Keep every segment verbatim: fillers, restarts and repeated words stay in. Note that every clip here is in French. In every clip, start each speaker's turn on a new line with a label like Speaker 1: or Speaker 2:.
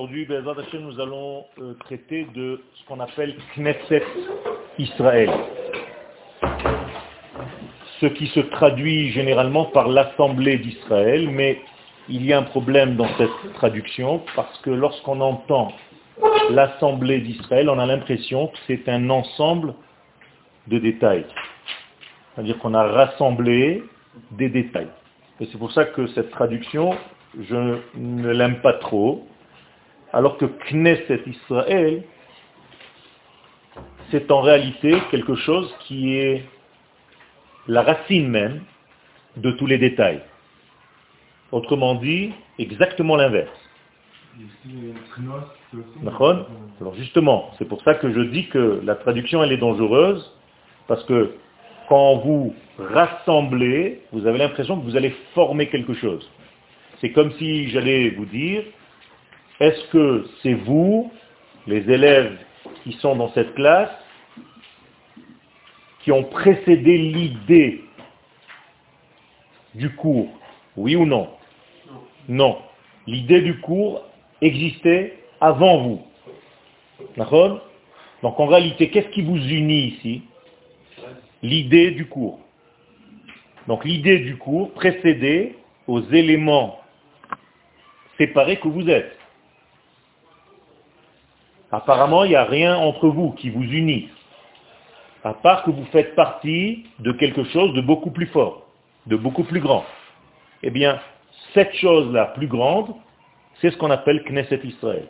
Speaker 1: aujourd'hui, Be'ezrat Hashem, nous allons euh, traiter de ce qu'on appelle Knesset Israël. Ce qui se traduit généralement par l'Assemblée d'Israël, mais il y a un problème dans cette traduction, parce que lorsqu'on entend l'Assemblée d'Israël, on a l'impression que c'est un ensemble de détails. C'est-à-dire qu'on a rassemblé des détails. Et c'est pour ça que cette traduction, je ne l'aime pas trop, alors que Knesset Israël, c'est en réalité quelque chose qui est la racine même de tous les détails. Autrement dit, exactement l'inverse. D'accord ? Alors justement, c'est pour ça que je dis que la traduction elle est dangereuse, parce que quand vous rassemblez, vous avez l'impression que vous allez former quelque chose. C'est comme si j'allais vous dire, est-ce que c'est vous, les élèves qui sont dans cette classe, qui ont précédé l'idée du cours? Oui ou non? Non. L'idée du cours existait avant vous. D'accord? Donc en réalité, qu'est-ce qui vous unit ici? L'idée du cours. Donc l'idée du cours précédait aux éléments séparés que vous êtes. Apparemment, il n'y a rien entre vous qui vous unit, à part que vous faites partie de quelque chose de beaucoup plus fort, de beaucoup plus grand. Eh bien, cette chose-là plus grande, c'est ce qu'on appelle Knesset Israël.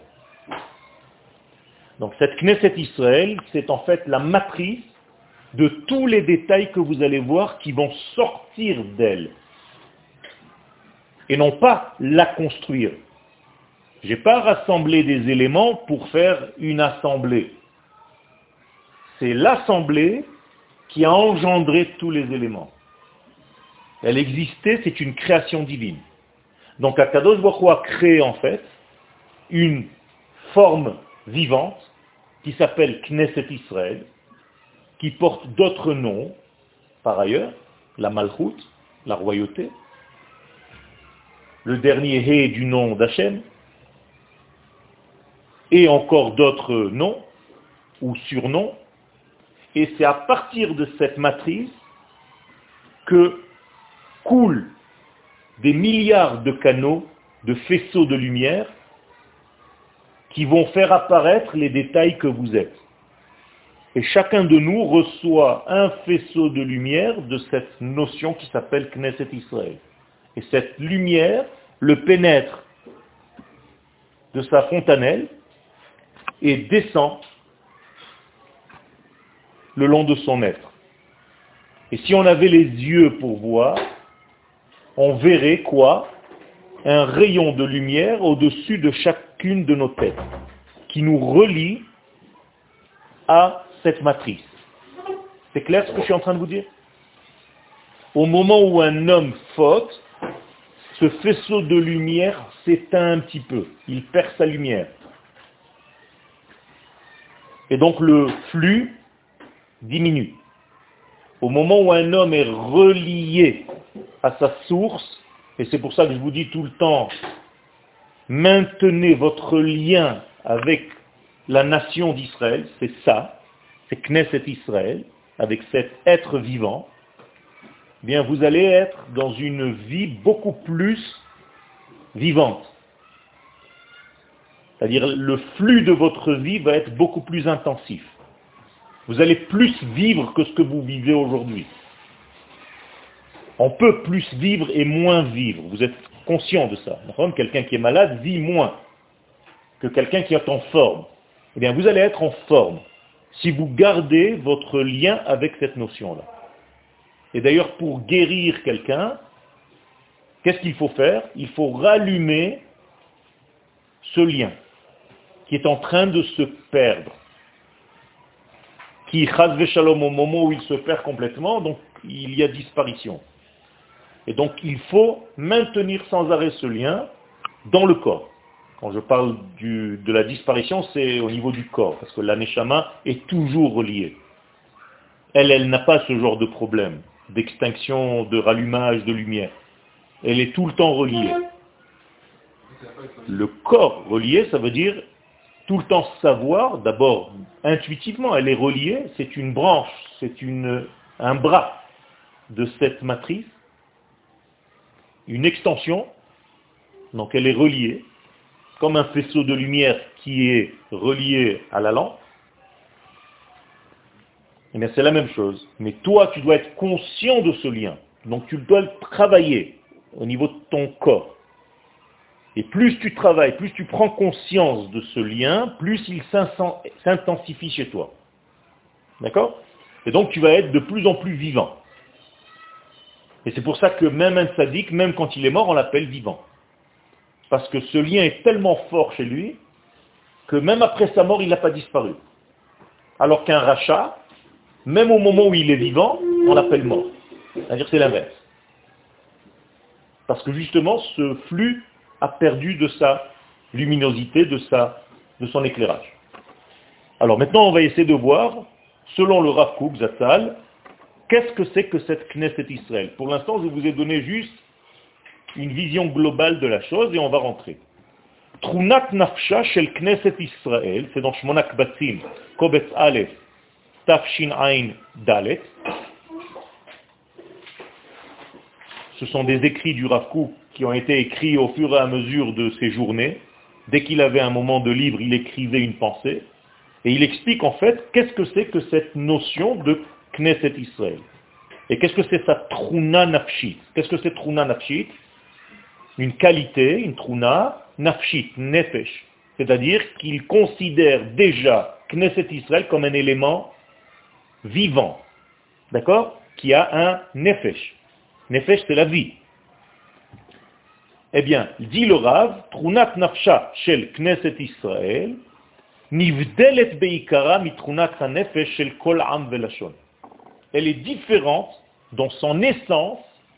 Speaker 1: Donc cette Knesset Israël, c'est en fait la matrice de tous les détails que vous allez voir qui vont sortir d'elle. Et non pas la construire. Je n'ai pas rassemblé des éléments pour faire une assemblée. C'est l'assemblée qui a engendré tous les éléments. Elle existait, c'est une création divine. Donc Akadosh Baruch Hu a créé en fait une forme vivante qui s'appelle Knesset Israël, qui porte d'autres noms, par ailleurs, la Malchut, la royauté, le dernier He du nom d'Hachem, et encore d'autres noms, ou surnoms, et c'est à partir de cette matrice que coulent des milliards de canaux, de faisceaux de lumière, qui vont faire apparaître les détails que vous êtes. Et chacun de nous reçoit un faisceau de lumière de cette notion qui s'appelle Knesset Israël. Et cette lumière le pénètre de sa fontanelle et descend le long de son être. Et si on avait les yeux pour voir, on verrait quoi? Un rayon de lumière au-dessus de chacune de nos têtes, qui nous relie à cette matrice. C'est clair ce que je suis en train de vous dire? Au moment où un homme faute, ce faisceau de lumière s'éteint un petit peu, il perd sa lumière. Et donc le flux diminue. Au moment où un homme est relié à sa source, et c'est pour ça que je vous dis tout le temps, maintenez votre lien avec la nation d'Israël, c'est ça, c'est Knesset Israël, avec cet être vivant, eh bien vous allez être dans une vie beaucoup plus vivante. C'est-à-dire le flux de votre vie va être beaucoup plus intensif. Vous allez plus vivre que ce que vous vivez aujourd'hui. On peut plus vivre et moins vivre. Vous êtes conscient de ça. Quelqu'un qui est malade vit moins que quelqu'un qui est en forme. Eh bien, vous allez être en forme si vous gardez votre lien avec cette notion-là. Et d'ailleurs, pour guérir quelqu'un, qu'est-ce qu'il faut faire? Il faut rallumer ce lien qui est en train de se perdre. Qui, chas v'shalom, au moment où il se perd complètement, donc il y a disparition. Et donc il faut maintenir sans arrêt ce lien dans le corps. Quand je parle du, de la disparition, c'est au niveau du corps, parce que la neshama est toujours reliée. Elle, elle n'a pas ce genre de problème, d'extinction, de rallumage de lumière. Elle est tout le temps reliée. Le corps relié, ça veut dire tout le temps savoir, d'abord intuitivement, elle est reliée, c'est une branche, c'est une, un bras de cette matrice, une extension, donc elle est reliée, comme un faisceau de lumière qui est relié à la lampe. Eh bien, c'est la même chose. Mais toi, tu dois être conscient de ce lien. Donc tu dois le travailler au niveau de ton corps. Et plus tu travailles, plus tu prends conscience de ce lien, plus il s'intensifie chez toi. D'accord? Et donc tu vas être de plus en plus vivant. Et c'est pour ça que même un sadique, même quand il est mort, on l'appelle vivant. Parce que ce lien est tellement fort chez lui que même après sa mort, il n'a pas disparu. Alors qu'un rachat, même au moment où il est vivant, on l'appelle mort. C'est-à-dire que c'est l'inverse. Parce que justement, ce flux a perdu de sa luminosité, de, sa, de son éclairage. Alors maintenant, on va essayer de voir, selon le Rav Kook Zatzal, qu'est-ce que c'est que cette Knesset Israël. Pour l'instant, je vous ai donné juste une vision globale de la chose et on va rentrer. Trunat Nafsha Shel Knesset Israël, c'est dans Shmonak Batim, Kobetz Aleph, Tafshin Ain Dalet. Ce sont des écrits du Rav Kook qui ont été écrits au fur et à mesure de ses journées. Dès qu'il avait un moment de libre, il écrivait une pensée. Et il explique en fait qu'est-ce que c'est que cette notion de Knesset Israël. Et qu'est-ce que c'est sa Truna Nafshit. Qu'est-ce que c'est Truna Nafshit? Une qualité, une Truna Nafshit, Nefesh. C'est-à-dire qu'il considère déjà Knesset Israël comme un élément vivant. D'accord? Qui a un Nefesh. Nefesh, c'est la vie. Eh bien, dit le Rav, Trunat Nafsha Shel Knesset Israël, Nivdelet Beikara Mitrunat HaNefesh Shel Kol Am Velashon. Elle est différente dans son essence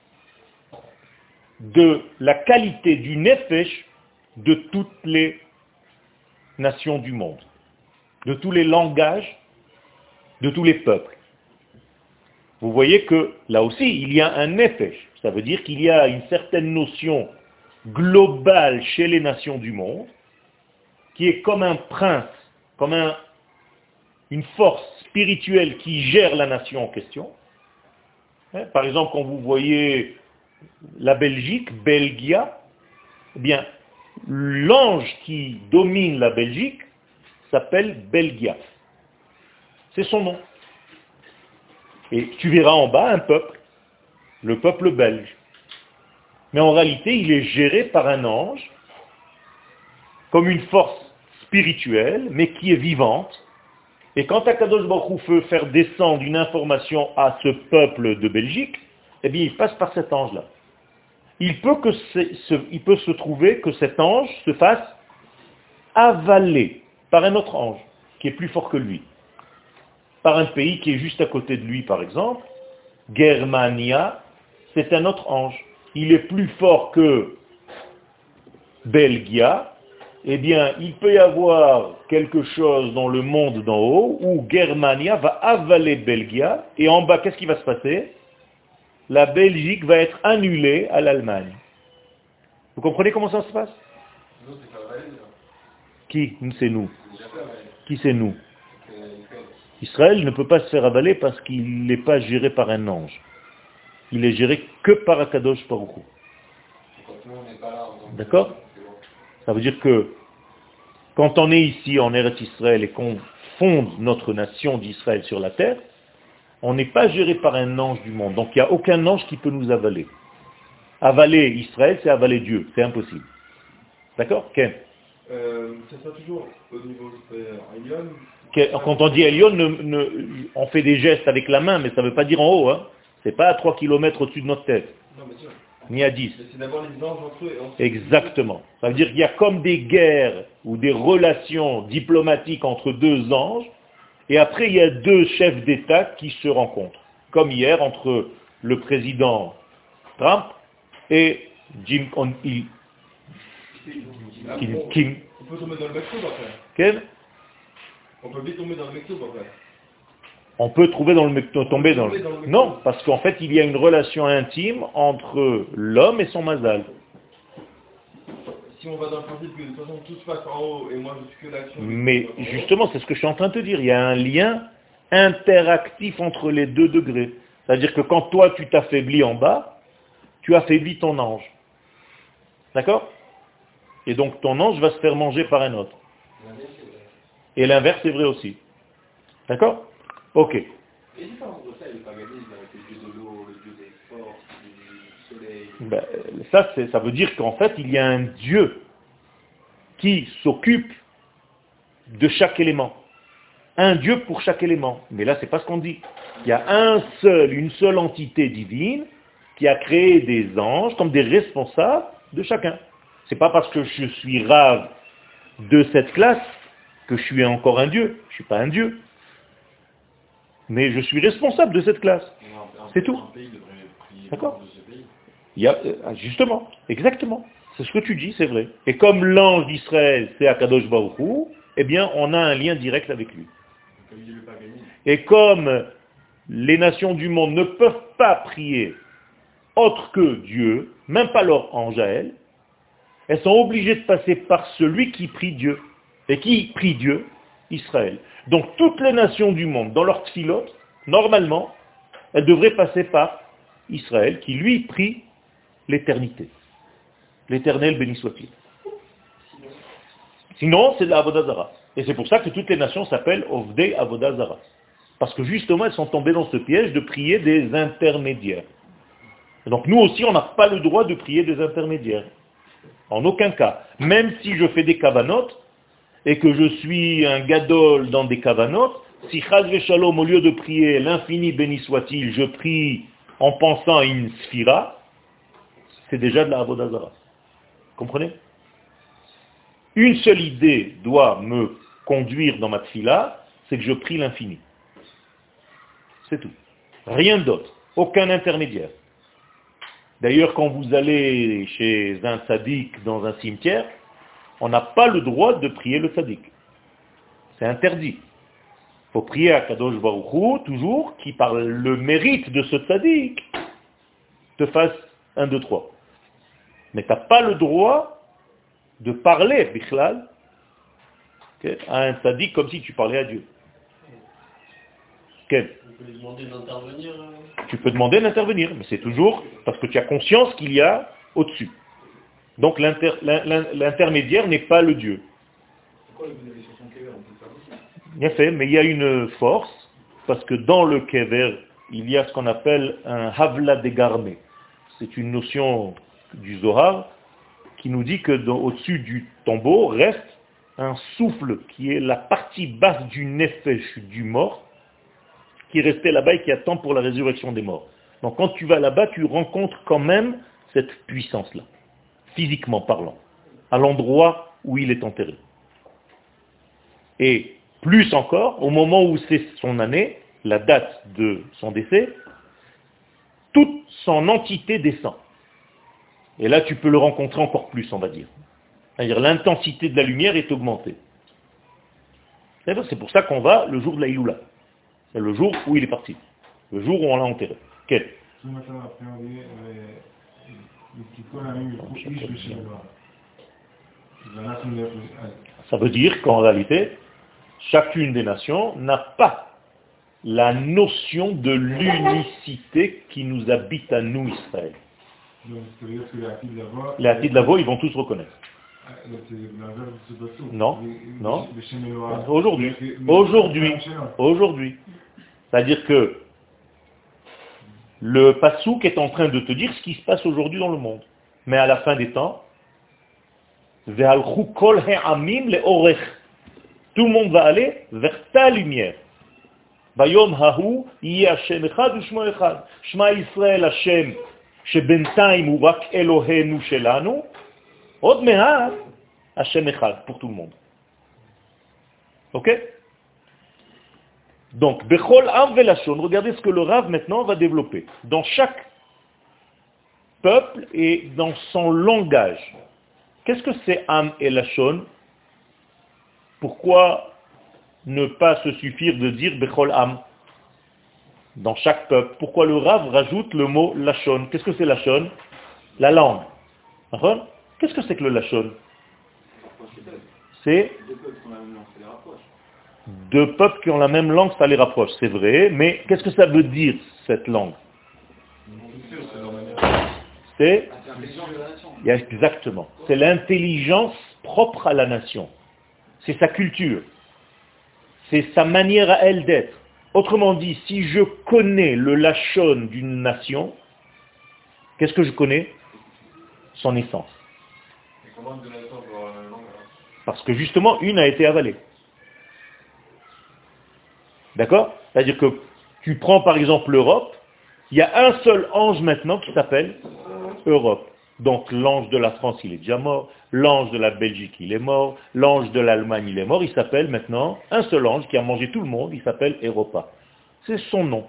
Speaker 1: de la qualité du Nefesh de toutes les nations du monde, de tous les langages, de tous les peuples. Vous voyez que là aussi, il y a un Nefesh. Ça veut dire qu'il y a une certaine notion globale chez les nations du monde, qui est comme un prince, comme un, une force spirituelle qui gère la nation en question. Par exemple, quand vous voyez la Belgique, Belgia, eh bien, l'ange qui domine la Belgique s'appelle Belgia. C'est son nom. Et tu verras en bas un peuple, le peuple belge. Mais en réalité, il est géré par un ange, comme une force spirituelle, mais qui est vivante. Et quand Akadosh Baruch Hu veut faire descendre une information à ce peuple de Belgique, eh bien, il passe par cet ange-là. Il peut, que ce, il peut se trouver que cet ange se fasse avaler par un autre ange, qui est plus fort que lui. Par un pays qui est juste à côté de lui, par exemple, Germania, c'est un autre ange. Il est plus fort que Belgia. Eh bien, il peut y avoir quelque chose dans le monde d'en haut où Germania va avaler Belgia, et en bas, qu'est-ce qui va se passer? La Belgique va être annulée à l'Allemagne. Vous comprenez comment ça se passe? Qui? C'est nous. Qui c'est nous? Israël ne peut pas se faire avaler parce qu'il n'est pas géré par un ange. Il est géré que par Akadosh Baruch Hu. D'accord? Ça veut dire que quand on est ici en Eretz Israël et qu'on fonde notre nation d'Israël sur la terre, on n'est pas géré par un ange du monde. Donc il n'y a aucun ange qui peut nous avaler. Avaler Israël, c'est avaler Dieu. C'est impossible. D'accord? Ken?
Speaker 2: Euh, ça sera toujours au niveau euh, Elion.
Speaker 1: Quand on dit Elion, ne, ne, on fait des gestes avec la main, mais ça ne veut pas dire en haut. Hein. Ce n'est pas à trois kilomètres au-dessus de notre tête.
Speaker 2: Non, bien sûr.
Speaker 1: Ni à dix.
Speaker 2: Mais c'est d'abord les anges entre eux. Et ensuite...
Speaker 1: Exactement. Ça veut dire qu'il y a comme des guerres ou des relations diplomatiques entre deux anges, et après il y a deux chefs d'État qui se rencontrent. Comme hier entre le président Trump et Jim Il.
Speaker 2: Ah,
Speaker 1: Kim,
Speaker 2: bon,
Speaker 1: Kim.
Speaker 2: on peut tomber dans le mectoub après.
Speaker 1: Quel?
Speaker 2: On peut vite tomber dans le mectoub après.
Speaker 1: On peut trouver dans le mecto- tomber dans le...
Speaker 2: dans le
Speaker 1: Non, parce qu'en fait, il y a une relation intime entre l'homme et son mazal.
Speaker 2: si on va dans le principe que de toute façon tout se passe en haut et moi je suis que l'action.
Speaker 1: Mais justement, c'est ce que je suis en train de te dire. Il y a un lien interactif entre les deux degrés. C'est-à-dire que quand toi tu t'affaiblis en bas, tu affaiblis ton ange. D'accord? Et donc ton ange va se faire manger par un autre. Et l'inverse est vrai aussi. D'accord? Ok.
Speaker 3: Et différence entre ça et le paganisme avec le dieu de l'eau, le dieu des forces, du soleil.
Speaker 1: Ben, ça, c'est- ça veut dire qu'en fait, il y a un Dieu qui s'occupe de chaque élément. Un Dieu pour chaque élément. Mais là, c'est pas ce qu'on dit. Il y a un seul, une seule entité divine qui a créé des anges comme des responsables de chacun. C'est pas parce que je suis rave de cette classe que je suis encore un Dieu. Je suis pas un Dieu. Mais je suis responsable de cette classe. C'est tout. D'accord? Il y a, euh, justement, exactement. C'est ce que tu dis, c'est vrai. Et comme l'ange d'Israël, c'est Akadosh Baruch Hu, eh bien, on a un lien direct avec lui. Et comme les nations du monde ne peuvent pas prier autre que Dieu, même pas leur ange à elles, elles sont obligées de passer par celui qui prie Dieu. Et qui prie Dieu? Israël. Donc toutes les nations du monde, dans leur tfilot, normalement, elles devraient passer par Israël, qui lui prie l'éternité. L'éternel béni soit-il. Sinon, c'est de la Avodah Zara. Et c'est pour ça que toutes les nations s'appellent Ovdei Avodah Zara. Parce que justement, elles sont tombées dans ce piège de prier des intermédiaires. Et donc nous aussi, on n'a pas le droit de prier des intermédiaires. En aucun cas. Même si je fais des kavanotes, et que je suis un gadol dans des kavanotes, si Chaz Shalom, au lieu de prier l'infini béni soit-il, je prie en pensant à une sphira, c'est déjà de la Avodah Zara. Comprenez? Une seule idée doit me conduire dans ma tfila, c'est que je prie l'infini. C'est tout. Rien d'autre. Aucun intermédiaire. D'ailleurs, quand vous allez chez un tzaddik dans un cimetière, on n'a pas le droit de prier le tzaddik. C'est interdit. Il faut prier à Kadosh Baruch Hu, toujours, qui par le mérite de ce tzaddik, te fasse un, deux, trois. Mais tu n'as pas le droit de parler, bichlal, okay, à un tzaddik comme si tu parlais à Dieu. Okay.
Speaker 3: On peut lui demander d'intervenir.
Speaker 1: Tu peux demander d'intervenir, mais c'est toujours parce que tu as conscience qu'il y a au-dessus. Donc l'inter, l'intermédiaire n'est pas le Dieu.
Speaker 2: Pourquoi vous avez sur son kever, on peut le faire aussi?
Speaker 1: Bien fait, mais il y a une force, parce que dans le kever, il y a ce qu'on appelle un havla dégarmé. C'est une notion du Zohar qui nous dit que dans, au-dessus du tombeau reste un souffle qui est la partie basse du nefesh du mort, qui est resté là-bas et qui attend pour la résurrection des morts. Donc quand tu vas là-bas, tu rencontres quand même cette puissance-là, physiquement parlant, à l'endroit où il est enterré. Et plus encore, au moment où c'est son année, la date de son décès, toute son entité descend. Et là, tu peux le rencontrer encore plus, on va dire. C'est-à-dire l'intensité de la lumière est augmentée. C'est pour ça qu'on va le jour de la Iloula. C'est le jour où il est parti. Le jour où on l'a enterré. Quel? Ça veut dire qu'en réalité, chacune des nations n'a pas la notion de l'unicité qui nous habite à nous, Israël. Les Hatid Lavo, ils vont tous reconnaître. Non, non. Aujourd'hui, aujourd'hui, aujourd'hui. C'est-à-dire que le Passouk est en train de te dire ce qui se passe aujourd'hui dans le monde. Mais à la fin des temps, tout le monde va aller vers ta lumière. Bayom hahu yi Hashem echad u'shmo echad. Shema Yisrael Hashem shebentaim hu rak Elohenu shelanu. Od mehat Hashem echad pour tout le monde. Ok? Donc, Bechol Am Velashon, regardez ce que le Rav maintenant va développer. Dans chaque peuple et dans son langage. Qu'est-ce que c'est Am et Lashon? Pourquoi ne pas se suffire de dire Bechol Am dans chaque peuple? Pourquoi le Rav rajoute le mot Lashon? Qu'est-ce que c'est Lashon? La langue. Qu'est-ce que c'est que le Lashon? C'est deux peuples qui ont la même langue, ça les rapproche, c'est vrai, mais qu'est-ce que ça veut dire, cette langue? C'est exactement. C'est l'intelligence propre à la nation. C'est sa culture. C'est sa manière à elle d'être. Autrement dit, si je connais le lachon d'une nation, qu'est-ce que je connais? Son essence. Parce que justement, une a été avalée. D'accord? C'est-à-dire que tu prends par exemple l'Europe, il y a un seul ange maintenant qui s'appelle Europe. Donc l'ange de la France, il est déjà mort, l'ange de la Belgique, il est mort, l'ange de l'Allemagne, il est mort, il s'appelle maintenant un seul ange qui a mangé tout le monde, il s'appelle Europa. C'est son nom.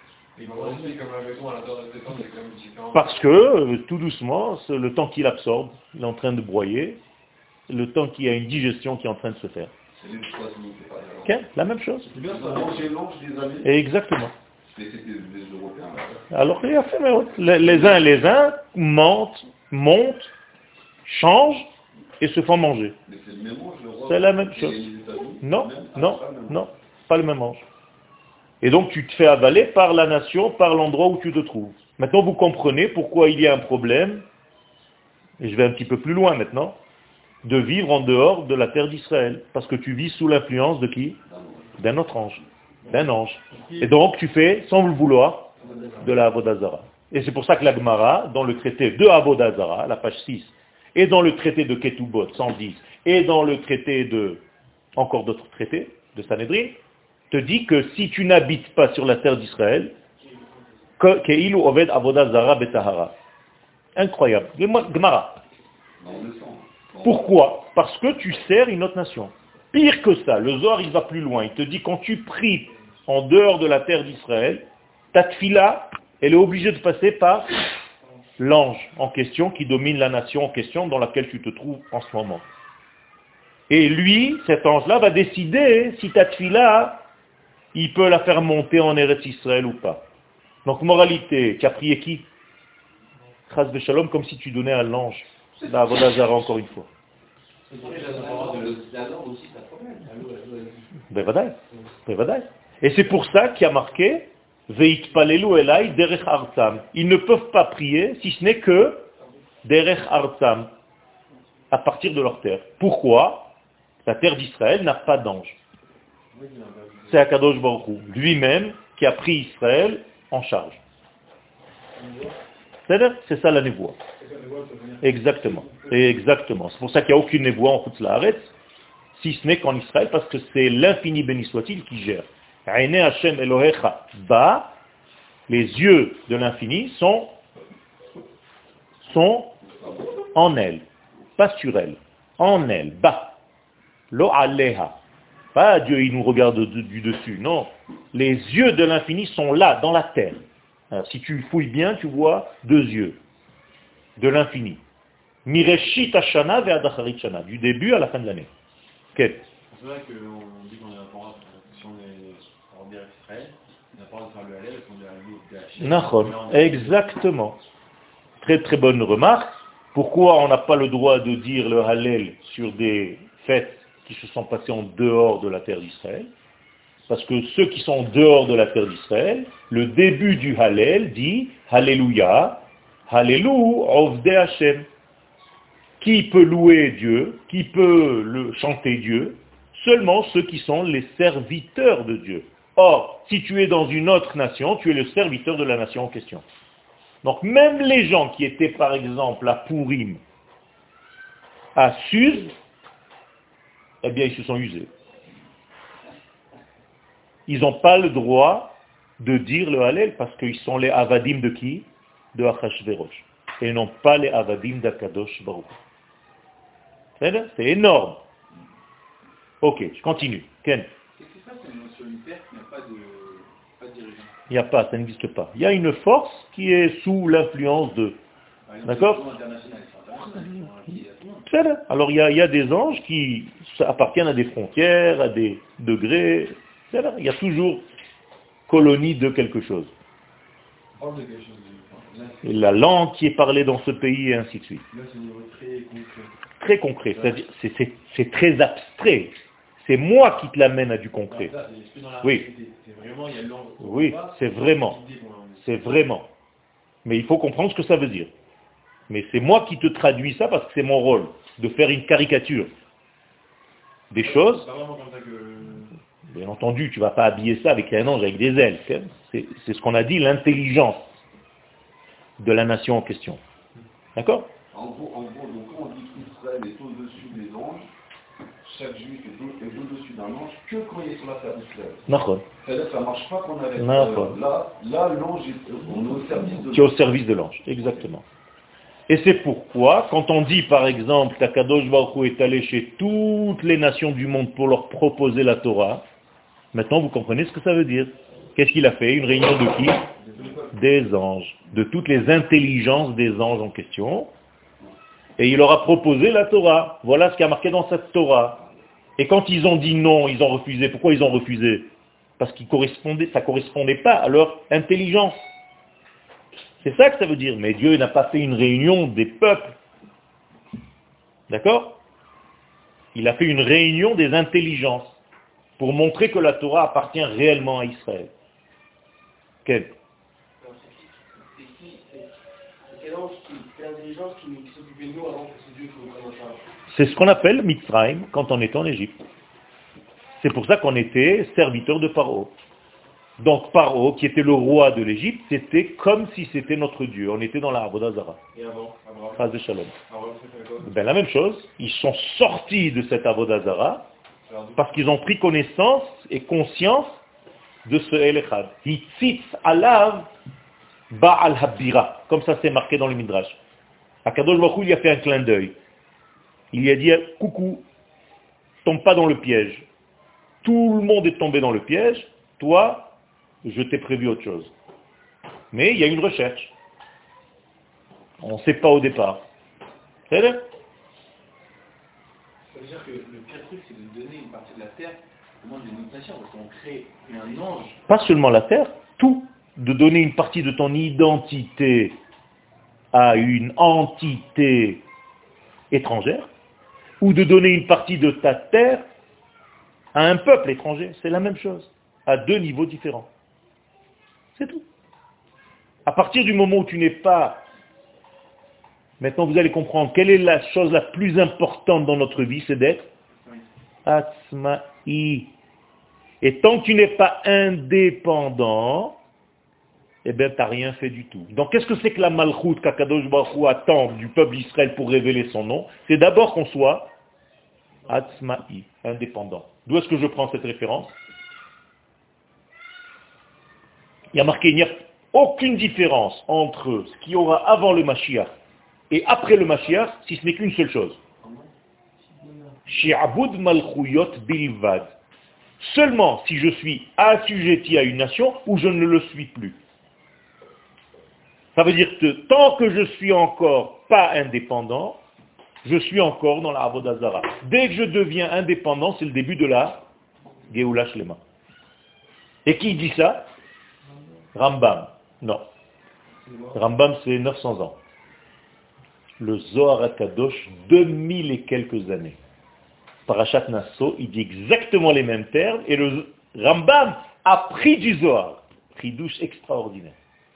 Speaker 1: Parce que, euh, tout doucement, c'est le temps qu'il absorbe, il est en train de broyer, le temps qu'il y a une digestion qui est en train de se faire. Okay, la même chose.
Speaker 2: C'est bien, ça mangeait l'ange des années.
Speaker 1: Exactement.
Speaker 2: Mais c'était des Européens.
Speaker 1: Alors, il a fait, mais les uns les uns mentent, montent, changent et se font manger.
Speaker 2: Mais c'est le même ange, le roi.
Speaker 1: C'est la même chose. Non, non, non, pas le même ange. Et donc tu te fais avaler par la nation, par l'endroit où tu te trouves. Maintenant vous comprenez pourquoi il y a un problème, et je vais un petit peu plus loin maintenant, de vivre en dehors de la terre d'Israël. Parce que tu vis sous l'influence de qui? D'un autre ange. D'un ange. Et donc tu fais, sans le vouloir, de la Avodah Zarah. Et c'est pour ça que la Gemara, dans le traité de Avodah Zarah, la page six, et dans le traité de Ketubot, cent dix, et dans le traité de, encore d'autres traités, de Sanhedrin, te dit que si tu n'habites pas sur la terre d'Israël, que Keilu Oved Avodah Zarah Betahara. Incroyable. Gemara. Pourquoi? Parce que tu sers une autre nation. Pire que ça, le Zohar il va plus loin. Il te dit quand tu pries en dehors de la terre d'Israël, ta tfila, elle est obligée de passer par l'ange en question qui domine la nation en question dans laquelle tu te trouves en ce moment. Et lui, cet ange-là, va décider si ta tfila, il peut la faire monter en Eretz Israël ou pas. Donc moralité, tu as prié qui? Chas v'shalom, comme si tu donnais à l'ange. La Avodah Zarah encore une fois. Et c'est pour ça qu'il y a marqué Veitpalelu elai derech artsam. Ils ne peuvent pas prier si ce n'est que derech artsam, à partir de leur terre. Pourquoi? La terre d'Israël n'a pas d'ange. C'est Akadosh Baruch Hu, lui-même, qui a pris Israël en charge. C'est ça la névoie. Exactement. Exactement. C'est pour ça qu'il n'y a aucune névoie en Chutz La'aretz, si ce n'est qu'en Israël, parce que c'est l'infini béni soit-il qui gère. Aïne Hashem Elohecha ba, les yeux de l'infini sont, sont en elle, pas sur elle, en elle, ba. Lo aleha. Pas Dieu, il nous regarde du, du dessus, non. Les yeux de l'infini sont là, dans la terre. Alors, si tu fouilles bien, tu vois deux yeux de l'infini. Mireshit Hashana ve'adacharit Shana, du début à la fin de l'année. Okay.
Speaker 3: C'est vrai qu'on dit qu'on est un si on est en direct Israël, on n'a pas le droit de faire le halal, parce qu'on est à l'eau,
Speaker 1: exactement. Très très bonne remarque. Pourquoi on n'a pas le droit de dire le Hallel sur des fêtes qui se sont passées en dehors de la terre d'Israël? Parce que ceux qui sont en dehors de la terre d'Israël, le début du Hallel dit Alléluia, Hallelu, Ovdei Hashem. Qui peut louer Dieu? Qui peut le chanter Dieu? Seulement ceux qui sont les serviteurs de Dieu. Or, si tu es dans une autre nation, tu es le serviteur de la nation en question. Donc même les gens qui étaient par exemple à Purim, à Suz, eh bien ils se sont usés. Ils n'ont pas le droit de dire le Hallel parce qu'ils sont les avadim de qui? De Achashverosh. Et non pas les avadim d'Akadosh Baruch. C'est énorme. Ok, je continue. Ken.
Speaker 3: Qu'est-ce qui se passe sur une terre qui n'a pas de, pas de dirigeant?
Speaker 1: Il n'y a pas, ça n'existe pas. Il y a une force qui est sous l'influence de... D'accord? Alors il y, a, il y a des anges qui appartiennent à des frontières, à des degrés. Il y a toujours colonie de quelque chose.
Speaker 2: On parle de quelque chose
Speaker 1: et la langue qui est parlée dans ce pays, et ainsi de suite.
Speaker 2: Là, c'est un niveau très concret.
Speaker 1: Très concret, c'est-à-dire, c'est, c'est, c'est très abstrait. C'est moi qui te l'amène à du concret.
Speaker 3: Ah, ça, c'est dans la
Speaker 1: Oui.
Speaker 3: réalité. C'est vraiment, il y a l'angle.
Speaker 1: Oui, c'est vraiment. C'est vraiment. Mais il faut comprendre ce que ça veut dire. Mais c'est moi qui te traduis ça parce que c'est mon rôle, de faire une caricature des choses.
Speaker 3: C'est pas vraiment comme ça que...
Speaker 1: Bien entendu, tu ne vas pas habiller ça avec un ange, avec des ailes. C'est, c'est ce qu'on a dit, l'intelligence de la nation en question. D'accord?
Speaker 4: En gros, en gros, donc quand on dit qu'Israël est au-dessus des anges, chaque juif est au- est au-dessus d'un ange que quand il est sur la terre d'Israël.
Speaker 1: D'accord.
Speaker 4: C'est-à-dire que ça ne marche pas qu'on avait...
Speaker 1: D'accord.
Speaker 4: Euh, là, là, l'ange, est- on est au service de
Speaker 1: Qui est au service de l'ange, exactement. Et c'est pourquoi, quand on dit par exemple qu'Akadosh Baruch Hu est allé chez toutes les nations du monde pour leur proposer la Torah, maintenant vous comprenez ce que ça veut dire. Qu'est-ce qu'il a fait? Une réunion de qui? Des anges, de toutes les intelligences des anges en question. Et il leur a proposé la Torah. Voilà ce qui a marqué dans cette Torah. Et quand ils ont dit non, ils ont refusé. Pourquoi ils ont refusé? Parce que ça ne correspondait pas à leur intelligence. C'est ça que ça veut dire. Mais Dieu n'a pas fait une réunion des peuples. D'accord? Il a fait une réunion des intelligences pour montrer que la Torah appartient réellement à Israël. Quel? C'est ce qu'on appelle Mitzrayim quand on était en Égypte. C'est pour ça qu'on était serviteur de Paro. Donc Paro, qui était le roi de l'Égypte, c'était comme si c'était notre Dieu. On était dans la Avodah Zara.
Speaker 3: Et avant, Abraham,
Speaker 1: Phase de Shalom.
Speaker 3: Abraham, c'était quoi?
Speaker 1: Ben, la même chose, ils sont sortis de cette Avodah Zara parce qu'ils ont pris connaissance et conscience de ce El Echad. Hitzitz alav ba'al habira, comme ça c'est marqué dans le Midrash. Akadosh Baruch Hu, il a fait un clin d'œil. Il lui a dit, coucou, tombe pas dans le piège. Tout le monde est tombé dans le piège, toi, je t'ai prévu autre chose. Mais il y a une recherche. On ne sait pas au départ. C'est vrai?
Speaker 3: Ça veut dire que le pire truc, c'est de donner une partie de la terre au monde des mutations, parce qu'on crée un ange.
Speaker 1: Pas seulement la terre, tout. De donner une partie de ton identité à une entité étrangère, ou de donner une partie de ta terre à un peuple étranger. C'est la même chose, à deux niveaux différents. C'est tout. À partir du moment où tu n'es pas... Maintenant, vous allez comprendre, quelle est la chose la plus importante dans notre vie, c'est d'être Atzma'i. Et tant que tu n'es pas indépendant, eh bien, tu n'as rien fait du tout. Donc, qu'est-ce que c'est que la Malchut qu'Akadosh Baruch Hu attend du peuple d'Israël pour révéler son nom? C'est d'abord qu'on soit Atzma'i, indépendant. D'où est-ce que je prends cette référence? Il y a marqué, il n'y a aucune différence entre ce qu'il y aura avant le Mashiach et après le Mashiach, si ce n'est qu'une seule chose. Shi'abud malchuyot bilvad. Seulement si je suis assujetti à une nation ou je ne le suis plus. Ça veut dire que tant que je suis encore pas indépendant, je suis encore dans la Avodah Zara. Dès que je deviens indépendant, c'est le début de la Geoula Shlema. Et qui dit ça? Rambam. Non. Rambam, c'est neuf cents ans. Le Zohar HaKadosh, deux mille et quelques années. Parashat Nasso, il dit exactement les mêmes termes, et le Rambam a pris du Zohar. Chidouche extraordinaire.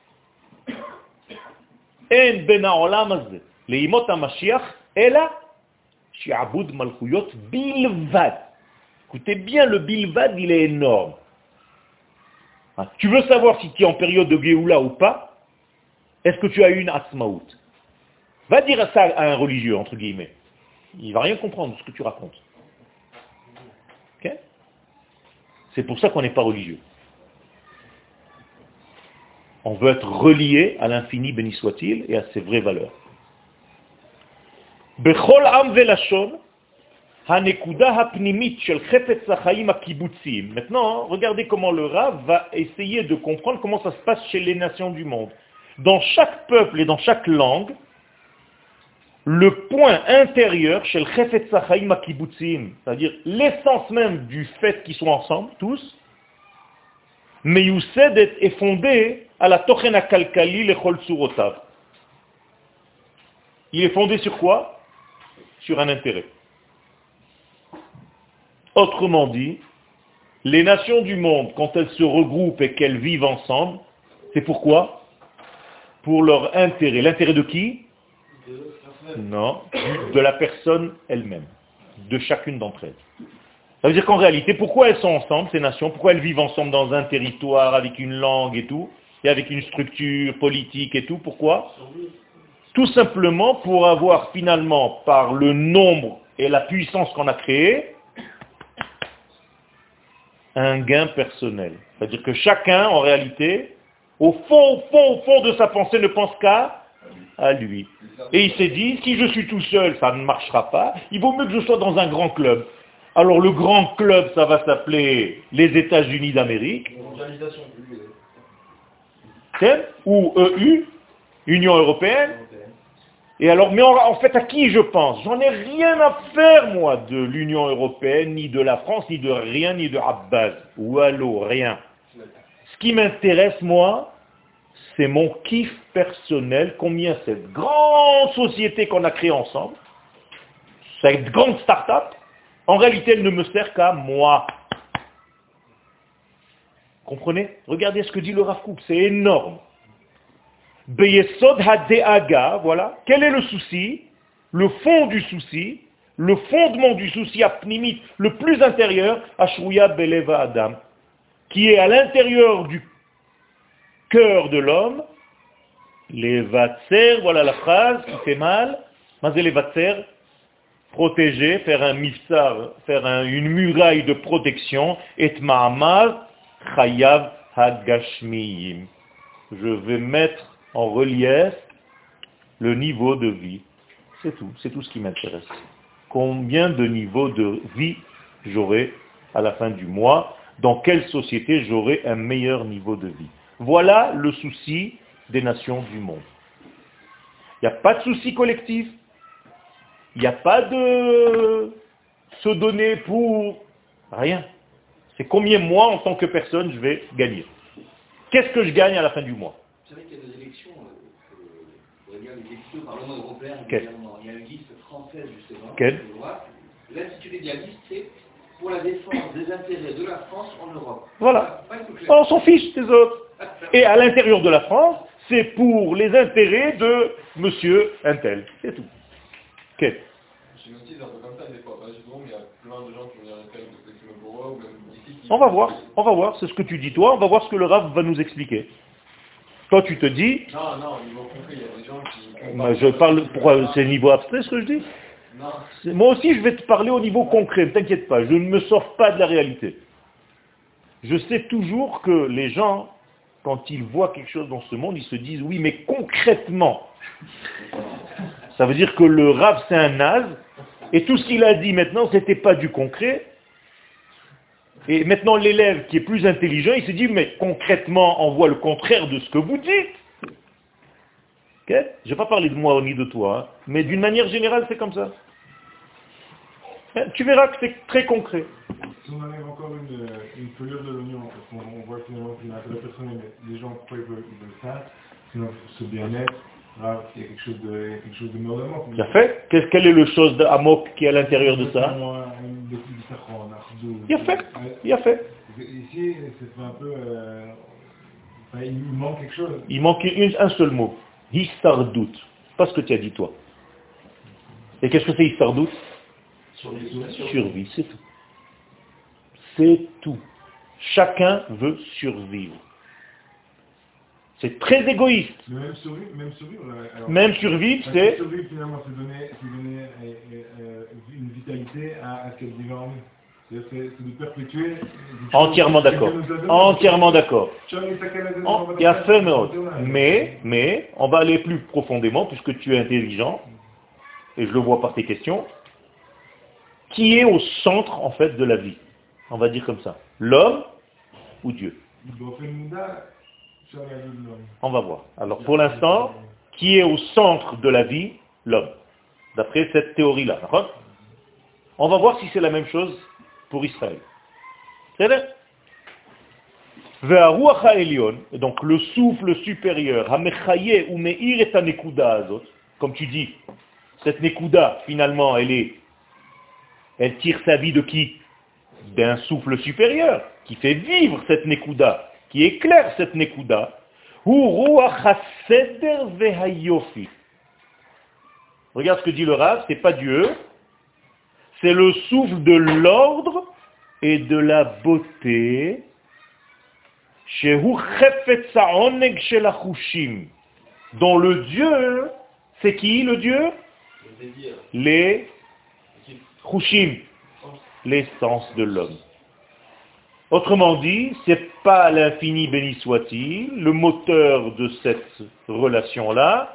Speaker 1: En ben ha'olam hazeh, leimot ha'mashiach, ela, shi'abud malchuyot bilvad. Écoutez bien, le bilvad, il est énorme. Hein, tu veux savoir si tu es en période de Géoula ou pas? Est-ce que tu as une Atzmaout? Va dire ça à un religieux, entre guillemets. Il ne va rien comprendre de ce que tu racontes. Okay? C'est pour ça qu'on n'est pas religieux. On veut être relié à l'infini, béni soit-il, et à ses vraies valeurs. Bechol am velashon, hanekuda hapnimit shel chefetz hachaim hakibutzim. Maintenant, regardez comment le Rav va essayer de comprendre comment ça se passe chez les nations du monde. Dans chaque peuple et dans chaque langue, le point intérieur chez le chefetz hachaim hakibutzim, c'est-à-dire l'essence même du fait qu'ils sont ensemble, tous, meyusedet est fondé à la tochen akalkali lechol tsurotav. Il est fondé sur quoi? Sur un intérêt. Autrement dit, les nations du monde, quand elles se regroupent et qu'elles vivent ensemble, c'est pourquoi? Pour leur intérêt. L'intérêt de qui? Non, de la personne elle-même, de chacune d'entre elles. Ça veut dire qu'en réalité, pourquoi elles sont ensemble, ces nations? Pourquoi elles vivent ensemble dans un territoire, avec une langue et tout, et avec une structure politique et tout? Pourquoi? Tout simplement pour avoir finalement, par le nombre et la puissance qu'on a créée, un gain personnel. C'est-à-dire que chacun, en réalité, au fond, au fond, au fond de sa pensée, ne pense qu'à à lui. Et il s'est dit, si je suis tout seul, ça ne marchera pas, il vaut mieux que je sois dans un grand club. Alors le grand club, ça va s'appeler les États-Unis d'Amérique, ou E U, Union Européenne. Et alors, mais en, en fait, à qui je pense? J'en ai rien à faire, moi, de l'Union Européenne, ni de la France, ni de rien, ni de Abbas, ou Allo, rien. Ce qui m'intéresse, moi, c'est mon kiff personnel, combien cette grande société qu'on a créée ensemble, cette grande start-up, en réalité, elle ne me sert qu'à moi. Comprenez? Regardez ce que dit le Rav Kook, c'est énorme. Beyesod hadeaga, voilà. Quel est le souci? Le fond du souci, le fondement du souci apnimit, le plus intérieur, Ashruya beleva adam, qui est à l'intérieur du cœur de l'homme, les vatser, voilà la phrase qui fait mal, mazé les vatser, protéger, faire un mifsar, faire un, une muraille de protection, et ma'amar chayav hagashmiyim. Je vais mettre en relief le niveau de vie. C'est tout, c'est tout ce qui m'intéresse. Combien de niveaux de vie j'aurai à la fin du mois? Dans quelle société j'aurai un meilleur niveau de vie? Voilà le souci des nations du monde. Il n'y a pas de souci collectif. Il n'y a pas de se donner pour rien. C'est combien moi, en tant que personne, je vais gagner. Qu'est-ce que je gagne à la fin du mois?
Speaker 5: Vous savez qu'il y a des élections, euh, euh, les députés au Parlement européen,
Speaker 1: Quel?
Speaker 5: il y a une liste française justement,
Speaker 1: Quel?
Speaker 5: l'intitulé de la liste c'est pour la défense des intérêts de la France en Europe.
Speaker 1: Voilà. On s'en fiche des autres. Et à l'intérieur de la France, c'est pour les intérêts de monsieur Intel. C'est tout. Quel?
Speaker 2: Chez nous aussi, c'est un peu comme ça, des fois. Pas chez nous, mais il y a plein de gens qui ont des thèmes de Seximopora ou même d'ici qui...
Speaker 1: On va voir, on va voir, c'est ce que tu dis toi, on va voir ce que le Rav va nous expliquer. Toi tu te dis...
Speaker 2: Non, non, au niveau concret, il y a des gens qui...
Speaker 1: Bah, je parle, pourquoi c'est niveau abstrait ce que je dis?
Speaker 2: Non.
Speaker 1: Moi aussi je vais te parler au niveau concret, ne t'inquiète pas, je ne me sors pas de la réalité. Je sais toujours que les gens, quand ils voient quelque chose dans ce monde, ils se disent oui mais concrètement. Ça veut dire que le Rav c'est un naze, et tout ce qu'il a dit maintenant c'était pas du concret. Et maintenant, l'élève qui est plus intelligent, il se dit, mais concrètement, on voit le contraire de ce que vous dites. Okay? Je ne vais pas parler de moi ni de toi, hein, mais d'une manière générale, c'est comme ça. Hein, tu verras que c'est très concret.
Speaker 6: Si on enlève encore une, une pelure de l'oignon, parce qu'on on voit finalement qu'il y a un peu la personne, les gens, pourquoi ils veulent, ils veulent ça, sinon ce bien-être, là, il y a quelque chose de, il y a quelque chose de mordant.
Speaker 1: Bien fait. Qu'est-ce, quelle est le chose d'amok qui est à l'intérieur de ça? Il a fait. Il a fait.
Speaker 6: Ici, c'est un peu... Euh, enfin, il manque quelque chose.
Speaker 1: Il manque une, un seul mot. Histardout. Pas ce que tu as dit toi. Et qu'est-ce que c'est Histardout? Survie. Survie, c'est tout. C'est tout. Chacun veut survivre. C'est très égoïste.
Speaker 6: Mais même survivre, même survivre, alors,
Speaker 1: même survivre, c'est...
Speaker 6: Survivre, finalement, c'est donner, c'est donner euh, euh, une vitalité à, à ce qu'elle vit en nous. C'est, c'est de perpétuer...
Speaker 1: Entièrement d'accord. Entièrement d'accord. Il y a fait, mais, mais, on va aller plus profondément, puisque tu es intelligent, et je le vois par tes questions, qui est au centre, en fait, de la vie? On va dire comme ça. L'homme ou Dieu? On va voir. Alors pour l'instant, qui est au centre de la vie? L'homme. D'après cette théorie-là. D'accord? On va voir si c'est la même chose pour Israël. C'est vrai? Ve'aruach ha'elyon, donc le souffle supérieur, hamechaye ou me'ir et nekuda azot, comme tu dis, cette nekuda, finalement, elle est, elle tire sa vie de qui? D'un souffle supérieur, qui fait vivre cette nekuda, qui éclaire cette nekuda. Hu ruach haseder ve'hayofi. Regarde ce que dit le Rav, c'est pas Dieu, c'est le souffle de l'ordre et de la beauté. Shehu chefetz ha'oneg shel hachushim. Dont le Dieu, c'est qui le Dieu? Les chushim, les sens de l'homme. Autrement dit, c'est pas l'infini béni soit-il, le moteur de cette relation-là.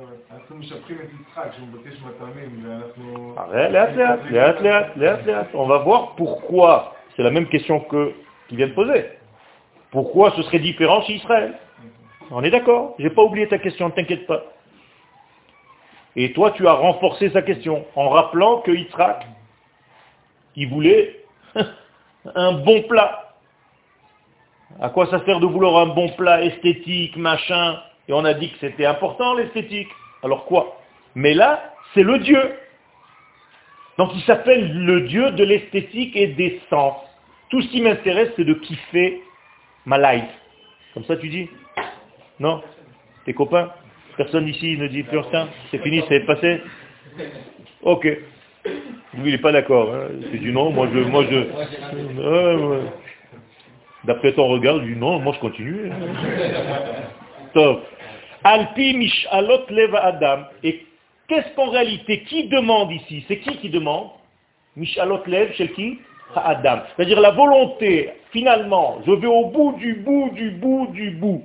Speaker 1: Arrête, laat, laat, laat, laat, laat, laat. On va voir pourquoi. C'est la même question que qu'il vient de poser. Pourquoi ce serait différent chez Israël? On est d'accord? J'ai pas oublié ta question, ne t'inquiète pas. Et toi, tu as renforcé sa question en rappelant que Yitzhak, il voulait un bon plat. À quoi ça sert de vouloir un bon plat esthétique, machin? Et on a dit que c'était important l'esthétique. Alors quoi? Mais là, c'est le Dieu. Donc il s'appelle le Dieu de l'esthétique et des sens. Tout ce qui m'intéresse, c'est de kiffer ma life. Comme ça tu dis? Non? Tes copains? Personne ici ne dit plus rien? C'est fini, c'est passé? Ok. Lui, il n'est pas d'accord. Hein. C'est du non, moi je... Moi je... Ouais, ouais. D'après ton regard, il dit non, moi je continue. Top. Alpi mishalot leva adam. Et qu'est-ce qu'en réalité, qui demande ici? C'est qui qui demande? Mishalot lev, chez qui? Adam. C'est-à-dire la volonté, finalement, je vais au bout du bout du bout du bout.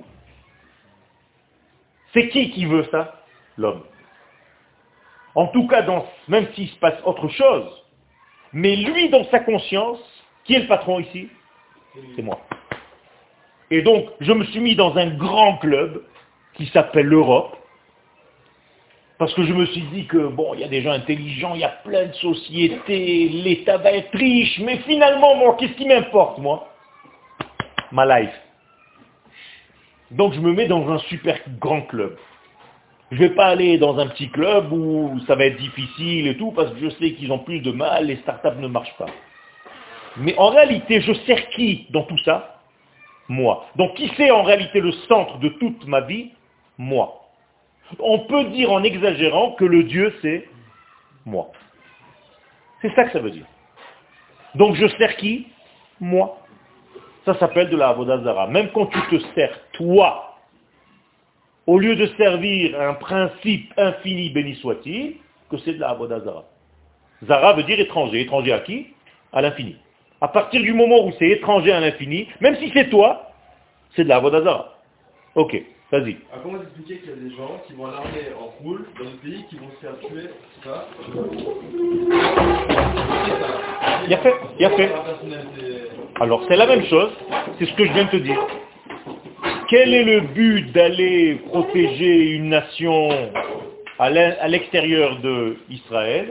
Speaker 1: C'est qui qui veut ça? L'homme. En tout cas, dans, même s'il se passe autre chose, mais lui, dans sa conscience, qui est le patron ici? C'est moi. Et donc, je me suis mis dans un grand club qui s'appelle l'Europe, parce que je me suis dit que, bon, il y a des gens intelligents, il y a plein de sociétés, l'État va être riche, mais finalement, moi, qu'est-ce qui m'importe, moi? Ma life. Donc, je me mets dans un super grand club. Je ne vais pas aller dans un petit club où ça va être difficile et tout, parce que je sais qu'ils ont plus de mal, les startups ne marchent pas. Mais en réalité, je sers qui dans tout ça? Moi. Donc, qui c'est en réalité le centre de toute ma vie? Moi. On peut dire en exagérant que le Dieu, c'est moi. C'est ça que ça veut dire. Donc je sers qui? Moi. Ça s'appelle de la avoda zara. Même quand tu te sers toi, au lieu de servir un principe infini, béni soit-il, que c'est de la avoda zara. Zara veut dire étranger. Étranger à qui? À l'infini. À partir du moment où c'est étranger à l'infini, même si c'est toi, c'est de la avoda zara. Ok. Vas-y.
Speaker 2: Alors, comment expliquer qu'il y a des gens qui vont à l'armée en poule dans des pays qui vont se faire tuer, ça?
Speaker 1: Il y a fait, il y a fait. Alors c'est la même chose, c'est ce que je viens de te dire. Quel est le but d'aller protéger une nation à l'extérieur d'Israël?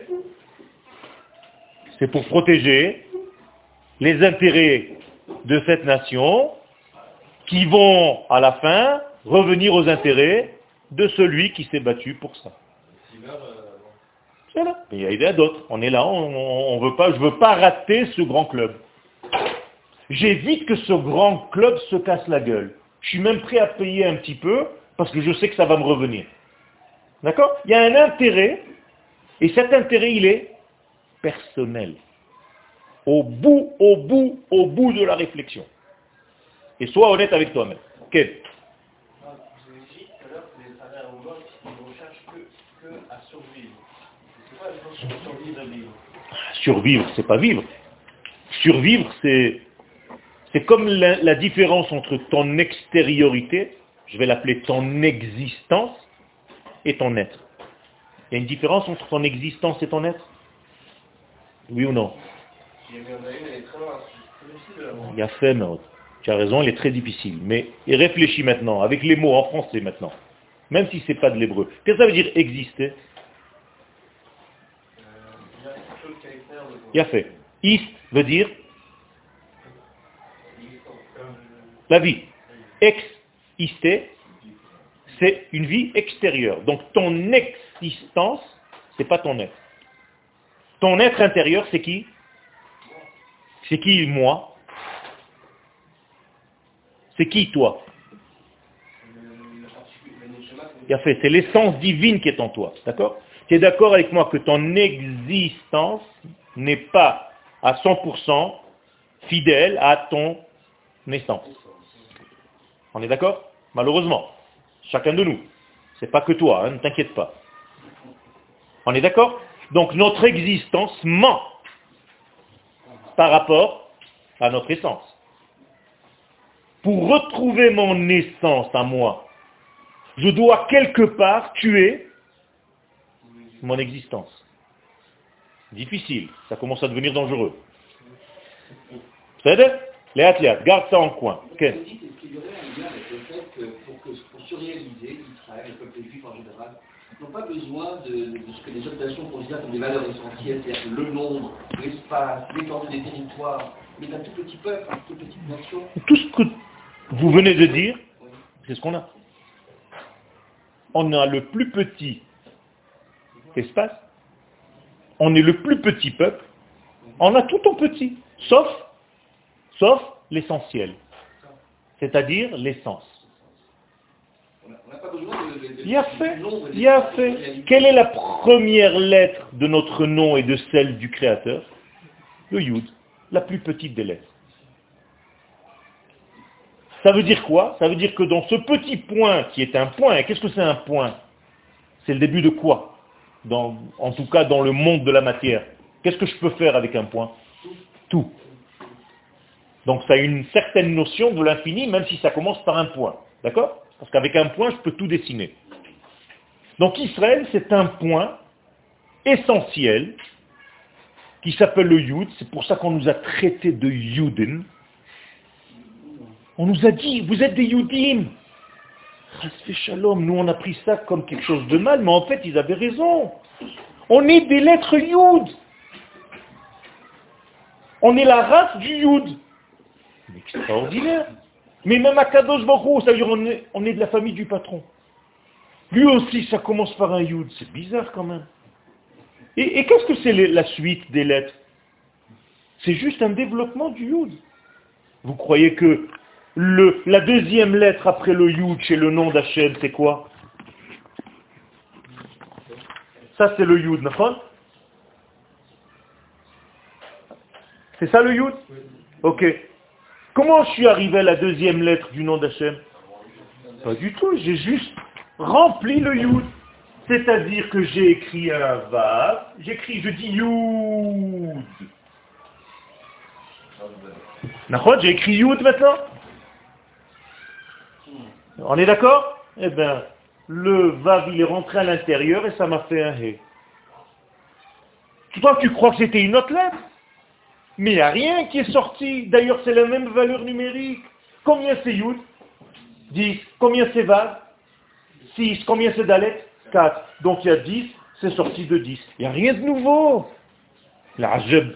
Speaker 1: C'est pour protéger les intérêts de cette nation qui vont à la fin revenir aux intérêts de celui qui s'est battu pour ça. C'est là. Il y a d'autres. On est là, on, on veut pas, je ne veux pas rater ce grand club. J'évite que ce grand club se casse la gueule. Je suis même prêt à payer un petit peu parce que je sais que ça va me revenir. D'accord? Il y a un intérêt, et cet intérêt, il est personnel. Au bout, au bout, au bout de la réflexion. Et sois honnête avec toi-même. Quel?
Speaker 5: Vous avez dit tout à l'heure que les travailleurs au monde, ils ne recherchent que, que à survivre. C'est pas les gens qui survivent à vivre.
Speaker 1: Survivre, c'est pas vivre. Survivre, c'est, c'est comme la, la différence entre ton extériorité, je vais l'appeler ton existence, et ton être. Il y a une différence entre ton existence et ton être? Oui ou non?
Speaker 5: Il y en a une, elle est très loin.
Speaker 1: Il y a fait, mais tu as raison, il est très difficile. Mais réfléchis maintenant, avec les mots en français maintenant. Même si ce n'est pas de l'hébreu. Qu'est-ce que ça veut dire exister? Il y a fait. Ist veut dire La vie. Exister, c'est une vie extérieure. Donc ton existence, c'est pas ton être. Ton être intérieur, c'est qui? C'est qui moi? C'est qui toi? Il a fait, c'est l'essence divine qui est en toi. D'accord? Tu es d'accord avec moi que ton existence n'est pas à cent pour cent fidèle à ton naissance. On est d'accord? Malheureusement. Chacun de nous. C'est pas que toi, hein, ne t'inquiète pas. On est d'accord? Donc notre existence ment par rapport à notre essence. Pour retrouver mon essence à moi, je dois quelque part tuer mon existence. Difficile, ça commence à devenir dangereux. C'est-à-dire, les athlètes, garde ça en coin. Okay.
Speaker 7: Est-ce qu'il y aurait un lien avec le fait que pour, que, pour se réaliser, Israël, le peuple juif en général, n'ont pas besoin de, de ce que les autres nations considèrent comme des valeurs essentielles, c'est-à-dire le nombre, l'espace, l'étendue des territoires, mais d'un tout petit peuple, une toute petite nation.
Speaker 1: Tout ce que vous venez de dire, c'est ce qu'on a. On a le plus petit espace, on est le plus petit peuple, on a tout en petit, sauf, sauf l'essentiel, c'est-à-dire l'essence.
Speaker 7: On n'a pas besoin de... de, de
Speaker 1: il y a fait, il y a fait. Quelle est la première lettre de notre nom et de celle du Créateur? Le Yud, la plus petite des lettres. Ça veut dire quoi? Ça veut dire que dans ce petit point qui est un point, qu'est-ce que c'est un point? C'est le début de quoi? Dans, en tout cas dans le monde de la matière. Qu'est-ce que je peux faire avec un point? Tout. Donc ça a une certaine notion de l'infini, même si ça commence par un point. D'accord? Parce qu'avec un point, je peux tout dessiner. Donc Israël, c'est un point essentiel qui s'appelle le Yud. C'est pour ça qu'on nous a traité de Yudin. On nous a dit, vous êtes des Yudim. Chasvé Shalom, nous on a pris ça comme quelque chose de mal, mais en fait ils avaient raison. On est des lettres Yud. On est la race du Yud. Extraordinaire. Mais même à Kadosh Baruch Hu, ça veut dire on est, on est de la famille du patron. Lui aussi, ça commence par un Yud. C'est bizarre quand même. Et, et qu'est-ce que c'est la suite des lettres? C'est juste un développement du Yud. Vous croyez que le, la deuxième lettre après le Yud chez le nom d'Hachem, c'est quoi? Ça c'est le Yud, d'accord? C'est ça le Yud? Ok. Comment je suis arrivé à la deuxième lettre du nom d'Hachem? Pas du tout, j'ai juste rempli le Yud. C'est-à-dire que j'ai écrit un Vav, j'écris, je dis Yud. D'accord? J'ai écrit Yud maintenant? On est d'accord? Eh bien, le Vav, il est rentré à l'intérieur et ça m'a fait un He. Toi, tu crois que c'était une autre lettre? Mais il n'y a rien qui est sorti. D'ailleurs, c'est la même valeur numérique. Combien c'est Yud? dix. Combien c'est Vav? six. Combien c'est Dalet? quatre. Donc il y a dix, c'est sorti de dix. Il n'y a rien de nouveau. La Ajab.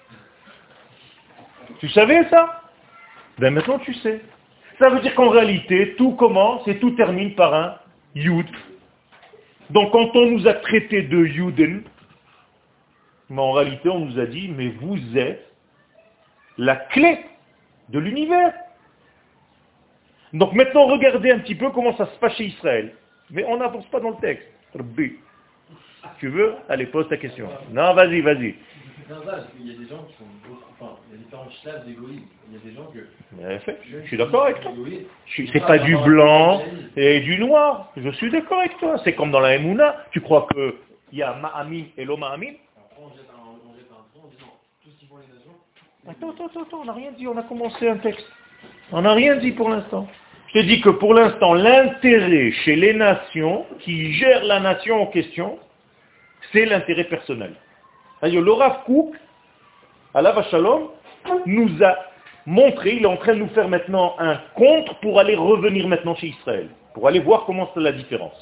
Speaker 1: Tu savais ça? Ben maintenant tu sais. Ça veut dire qu'en réalité, tout commence et tout termine par un Yud. Donc quand on nous a traité de Yuden, mais en réalité on nous a dit, mais vous êtes la clé de l'univers. Donc maintenant regardez un petit peu comment ça se passe chez Israël. Mais on n'avance pas dans le texte. Tu veux? Allez, pose ta question. Non, vas-y, vas-y.
Speaker 3: C'est un vague, il y a des gens qui sont beaucoup, enfin, il y a différentes classes d'égoïsme. Il y a des gens que...
Speaker 1: Mais fait, je suis d'accord avec toi. C'est pas du blanc et du noir. Je suis d'accord avec toi. C'est comme dans la Emouna. Tu crois qu'il y a Ma'amim et l'Oma'amim?
Speaker 3: On jette un tronc en disant, tout ce qui font les nations...
Speaker 1: Attends, attends, attends, on n'a rien dit. On a commencé un texte. On n'a rien dit pour l'instant. Je te dis que pour l'instant, l'intérêt chez les nations qui gèrent la nation en question, c'est l'intérêt personnel. Le Rav Kook, Alav Shalom, nous a montré, il est en train de nous faire maintenant un contre pour aller revenir maintenant chez Israël, pour aller voir comment c'est la différence.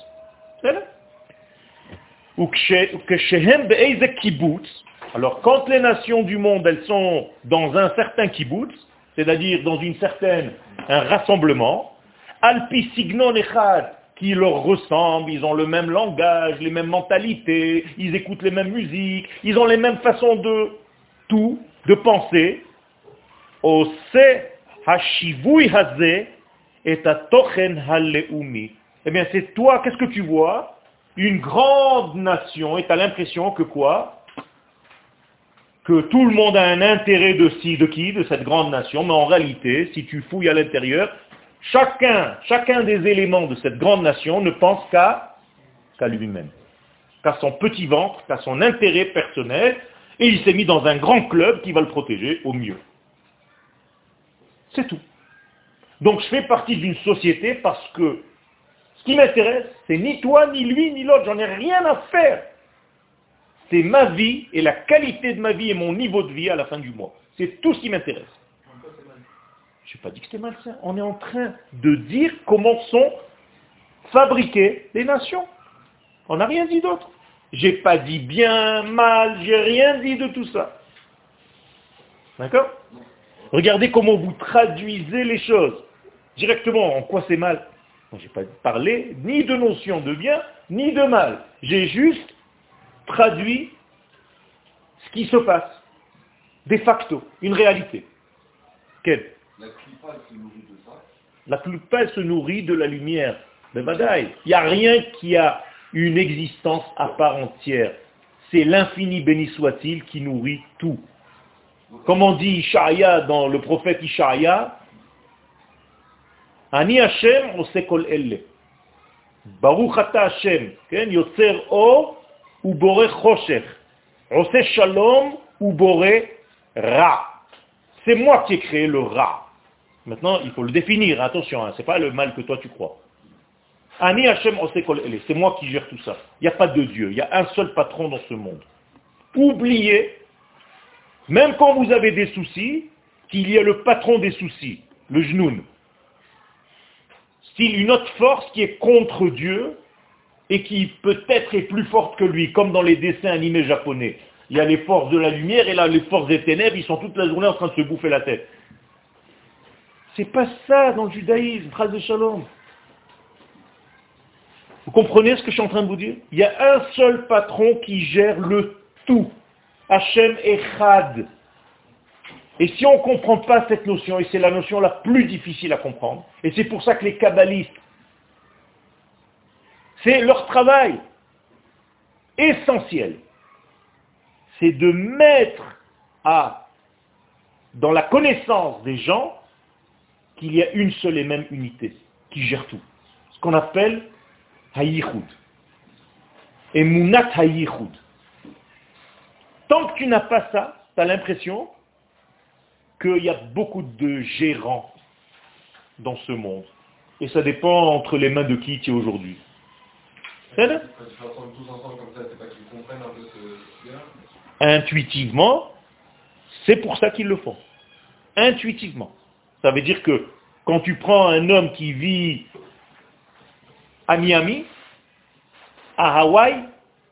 Speaker 1: Alors quand les nations du monde, elles sont dans un certain kibbutz, c'est-à-dire dans une certaine un rassemblement, alpi signon echad, qui leur ressemblent, ils ont le même langage, les mêmes mentalités, ils écoutent les mêmes musiques, ils ont les mêmes façons de tout, de penser. Ose hashivui hazeh et atochen haleumi. Eh bien, c'est toi, qu'est-ce que tu vois? Une grande nation, et tu as l'impression que quoi? Que tout le monde a un intérêt de ci, de qui? De cette grande nation, mais en réalité, si tu fouilles à l'intérieur, chacun, chacun des éléments de cette grande nation ne pense qu'à qu'à lui-même, qu'à son petit ventre, qu'à son intérêt personnel, et il s'est mis dans un grand club qui va le protéger au mieux. C'est tout. Donc je fais partie d'une société parce que ce qui m'intéresse, c'est ni toi, ni lui, ni l'autre, j'en ai rien à faire. C'est ma vie et la qualité de ma vie et mon niveau de vie à la fin du mois. C'est tout ce qui m'intéresse. Je n'ai pas dit que c'était malsain. On est en train de dire comment sont fabriquées les nations. On n'a rien dit d'autre. J'ai pas dit bien, mal, j'ai rien dit de tout ça. D'accord? Regardez comment vous traduisez les choses. Directement, en quoi c'est mal? Je n'ai pas parlé ni de notion de bien, ni de mal. J'ai juste traduit ce qui se passe. De facto, une réalité. Quelle?
Speaker 4: La clipa, elle se nourrit de ça.
Speaker 1: La clipa, elle se nourrit de la lumière. Mais badaï, il n'y a rien qui a une existence à part entière. C'est l'infini béni soit-il qui nourrit tout. Comme on dit Ishaïa dans le prophète Ishaïa, Ani Hashem ose kol elle. Baruch ata Hashem, ken yotzer or ou boré choshech. Ose shalom ou boré ra. C'est moi qui ai créé le ra. Maintenant, il faut le définir, attention, hein, ce n'est pas le mal que toi tu crois. Ani Hashem ose kol elle. C'est moi qui gère tout ça. Il n'y a pas de Dieu, il y a un seul patron dans ce monde. Oubliez, même quand vous avez des soucis, qu'il y a le patron des soucis, le jnoun. Style une autre force qui est contre Dieu et qui peut-être est plus forte que lui, comme dans les dessins animés japonais. Il y a les forces de la lumière et là les forces des ténèbres, ils sont toute la journée en train de se bouffer la tête. C'est pas ça dans le judaïsme, phrase de shalom. Vous comprenez ce que je suis en train de vous dire? Il y a un seul patron qui gère le tout. Hashem Echad. Et si on ne comprend pas cette notion, et c'est la notion la plus difficile à comprendre, et c'est pour ça que les kabbalistes, c'est leur travail essentiel, c'est de mettre à, dans la connaissance des gens qu'il y a une seule et même unité qui gère tout. Ce qu'on appelle Hayichud. Et Munat Hayichud. Tant que tu n'as pas ça, tu as l'impression qu'il y a beaucoup de gérants dans ce monde. Et ça dépend entre les mains de qui tu es aujourd'hui. C'est ça? Intuitivement, c'est pour ça qu'ils le font. Intuitivement. Ça veut dire que quand tu prends un homme qui vit à Miami, à Hawaï,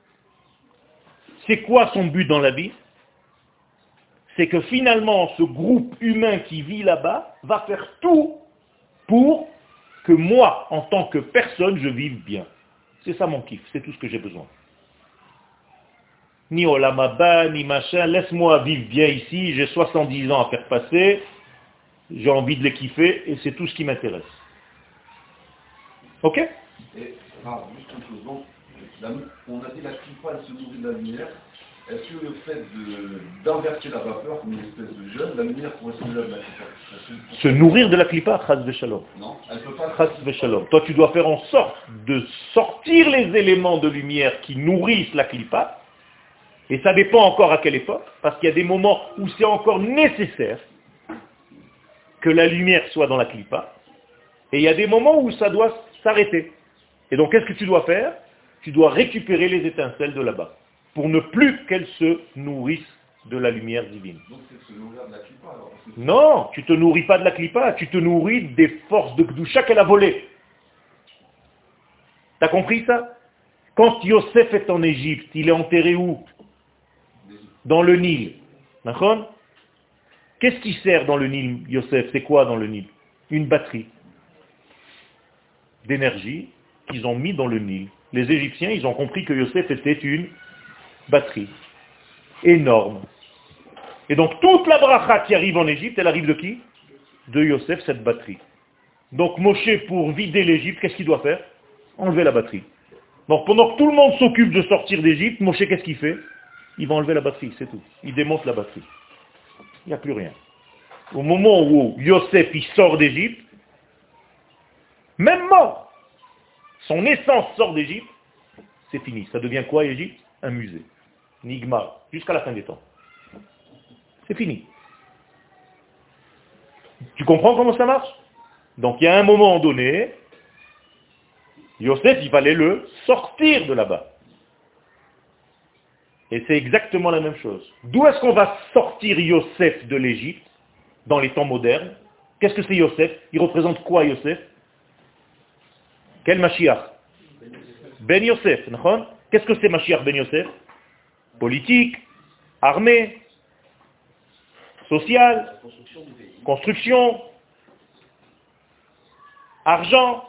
Speaker 1: c'est quoi son but dans la vie? C'est que finalement, ce groupe humain qui vit là-bas va faire tout pour que moi, en tant que personne, je vive bien. C'est ça mon kiff, c'est tout ce que j'ai besoin. Ni olamaba, ni machin, laisse-moi vivre bien ici, j'ai soixante-dix ans à faire passer, j'ai envie de les kiffer, et c'est tout ce qui m'intéresse. Ok?
Speaker 4: Et, ah, juste une chose, donc, la, on a dit la clipa, elle se nourrit de la lumière. Est-ce que le fait de, d'inverser la vapeur comme une espèce de jeûne, la lumière pourrait se nourrir de la clipa?
Speaker 1: Se nourrir de la clipa, chas v'shalom.
Speaker 4: Non, elle peut pas.
Speaker 1: Chas v'shalom. Toi, tu dois faire en sorte de sortir les éléments de lumière qui nourrissent la clipa, et ça dépend encore à quelle époque, parce qu'il y a des moments où c'est encore nécessaire que la lumière soit dans la clipa, et il y a des moments où ça doit s'arrêter. Et donc, qu'est-ce que tu dois faire? Tu dois récupérer les étincelles de là-bas, pour ne plus qu'elles se nourrissent de la lumière divine.
Speaker 4: Donc c'est se nourrir de la clipa alors?
Speaker 1: Non, tu ne te nourris pas de la clipa, tu te nourris des forces de Kedusha qu'elle a volées. T'as compris ça? Quand Yosef est en Égypte, il est enterré où? Dans le Nil. D'accord? Qu'est-ce qui sert dans le Nil, Yosef? C'est quoi dans le Nil? une batterie d'énergie qu'ils ont mis dans le Nil. Les Égyptiens, ils ont compris que Yosef était une batterie énorme. Et donc toute la bracha qui arrive en Égypte, elle arrive de qui? De Yosef, cette batterie. Donc Moshe, pour vider l'Égypte, qu'est-ce qu'il doit faire? Enlever la batterie. Donc pendant que tout le monde s'occupe de sortir d'Égypte, Moshe, qu'est-ce qu'il fait? Il va enlever la batterie, c'est tout. Il démonte la batterie. Il n'y a plus rien. Au moment où Yosef il sort d'Égypte, même mort, son essence sort d'Égypte, c'est fini. Ça devient quoi, Égypte? Un musée. Nigma, jusqu'à la fin des temps. C'est fini. Tu comprends comment ça marche? Donc il y a un moment donné, Yosef, il fallait le sortir de là-bas. Et c'est exactement la même chose. D'où est-ce qu'on va sortir Yosef de l'Égypte dans les temps modernes? Qu'est-ce que c'est Yosef? Il représente quoi, Yosef? Quel Mashiach? Ben Yosef. Qu'est-ce que c'est Mashiach Ben Yosef? Politique, armée, social, construction, argent.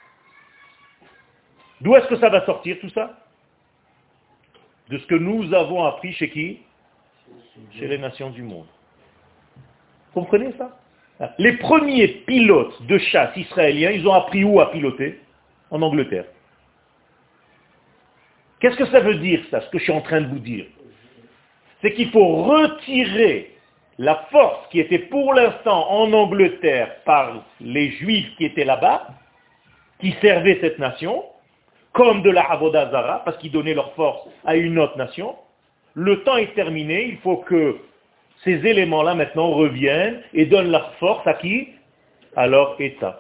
Speaker 1: D'où est-ce que ça va sortir tout ça? De ce que nous avons appris chez qui? Chez les nations du monde. Vous comprenez ça? Les premiers pilotes de chasse israéliens, ils ont appris où à piloter? En Angleterre. Qu'est-ce que ça veut dire ça, ce que je suis en train de vous dire? C'est qu'il faut retirer la force qui était pour l'instant en Angleterre par les Juifs qui étaient là-bas, qui servaient cette nation, comme de la Avodah Zara, parce qu'ils donnaient leur force à une autre nation. Le temps est terminé, il faut que ces éléments-là maintenant reviennent et donnent leur force à qui? À leur État.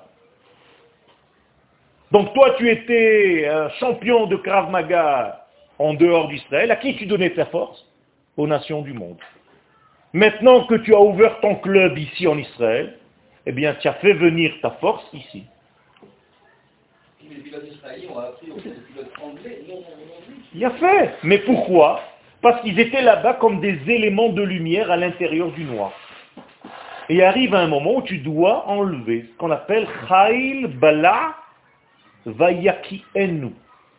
Speaker 1: Donc toi tu étais un champion de Krav Maga en dehors d'Israël, à qui tu donnais ta force? Aux nations du monde. Maintenant que tu as ouvert ton club ici en Israël, eh bien tu as fait venir ta force ici.
Speaker 7: Les pilotes israéliens ont appris aux pilotes anglais.
Speaker 1: Il a fait. Mais pourquoi? Parce qu'ils étaient là-bas comme des éléments de lumière à l'intérieur du noir. Et il arrive un moment où tu dois enlever ce qu'on appelle Chayil Bala Vayakienu.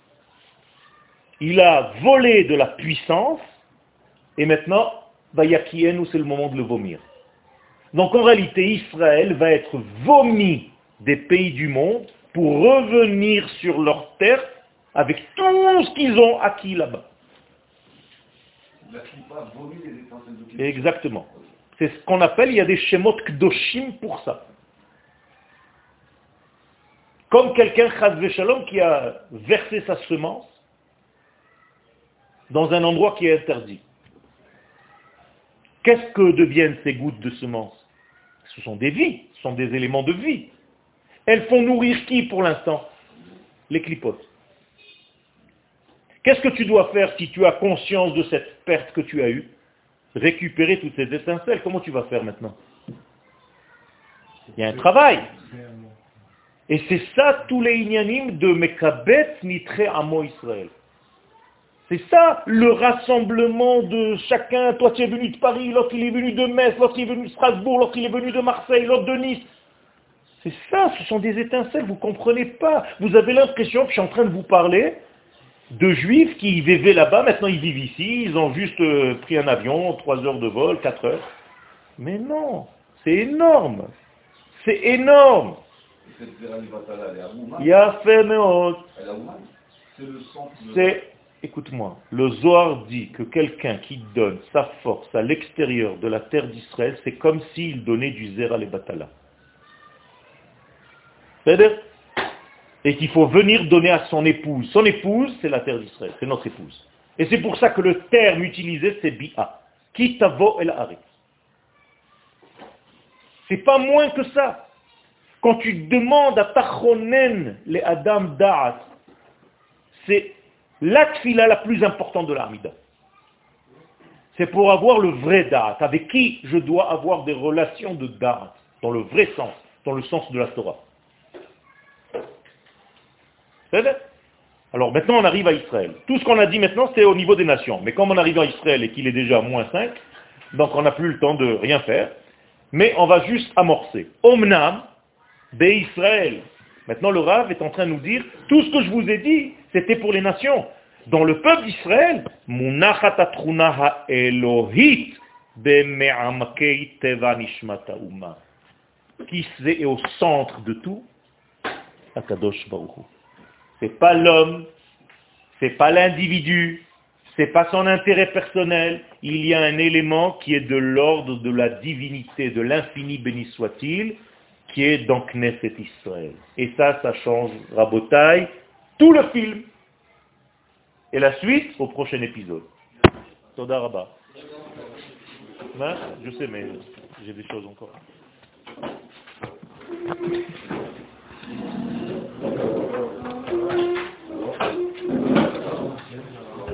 Speaker 1: Il a volé de la puissance et maintenant, Vayakienu, c'est le moment de le vomir. Donc en réalité, Israël va être vomi des pays du monde pour revenir sur leur terre avec tout ce qu'ils ont acquis là-bas. Exactement. C'est ce qu'on appelle, il y a des shemot kdoshim pour ça. Comme quelqu'un, chas v'shalom, qui a versé sa semence dans un endroit qui est interdit. Qu'est-ce que deviennent ces gouttes de semence? Ce sont des vies, ce sont des éléments de vie. Elles font nourrir qui pour l'instant? Les clipotes. Qu'est-ce que tu dois faire si tu as conscience de cette perte que tu as eue? Récupérer toutes ces étincelles. Comment tu vas faire maintenant? Il y a un travail. Et c'est ça tous les inyanim de Mekabet Nitre Amo Israël. C'est ça le rassemblement de chacun. Toi tu es venu de Paris, l'autre il est venu de Metz, l'autre il est venu de Strasbourg, l'autre il est venu de Marseille, l'autre de Nice. C'est ça, ce sont des étincelles, vous ne comprenez pas. Vous avez l'impression que je suis en train de vous parler de juifs qui vivaient là-bas, maintenant ils vivent ici, ils ont juste euh, pris un avion, trois heures de vol, quatre heures. Mais non, c'est énorme. C'est énorme. Il y a fait, mais c'est, écoute-moi, le Zohar dit que quelqu'un qui donne sa force à l'extérieur de la terre d'Israël, c'est comme s'il donnait du Zera les Batala. C'est-à-dire, et qu'il faut venir donner à son épouse. Son épouse, c'est la terre d'Israël, c'est notre épouse. Et c'est pour ça que le terme utilisé, c'est bi'a. Kitavo el haaretz. C'est pas moins que ça. Quand tu demandes à Tachonen les Adam Da'at, c'est la tfila la plus importante de l'Amida. C'est pour avoir le vrai Da'at, avec qui je dois avoir des relations de Da'at, dans le vrai sens, dans le sens de la Torah. Alors maintenant on arrive à Israël. Tout ce qu'on a dit maintenant c'est au niveau des nations. Mais comme on arrive à Israël et qu'il est déjà moins cinq, donc on n'a plus le temps de rien faire. Mais on va juste amorcer. Omnam, Israël. Maintenant, le Rav est en train de nous dire, tout ce que je vous ai dit, c'était pour les nations. Dans le peuple d'Israël, Munachat hatruna ha'elohit be'me'amakei teva nishmat ha'umma. Qui est au centre de tout? Akadosh Baruch Hu. C'est pas l'homme, c'est pas l'individu, c'est pas son intérêt personnel. Il y a un élément qui est de l'ordre de la divinité, de l'infini béni soit-il, qui est dans Knesset Israël. Et ça, ça change, Rabotai, tout le film. Et la suite au prochain épisode. Toda Rabba. Hein? Je sais, mais j'ai des choses encore.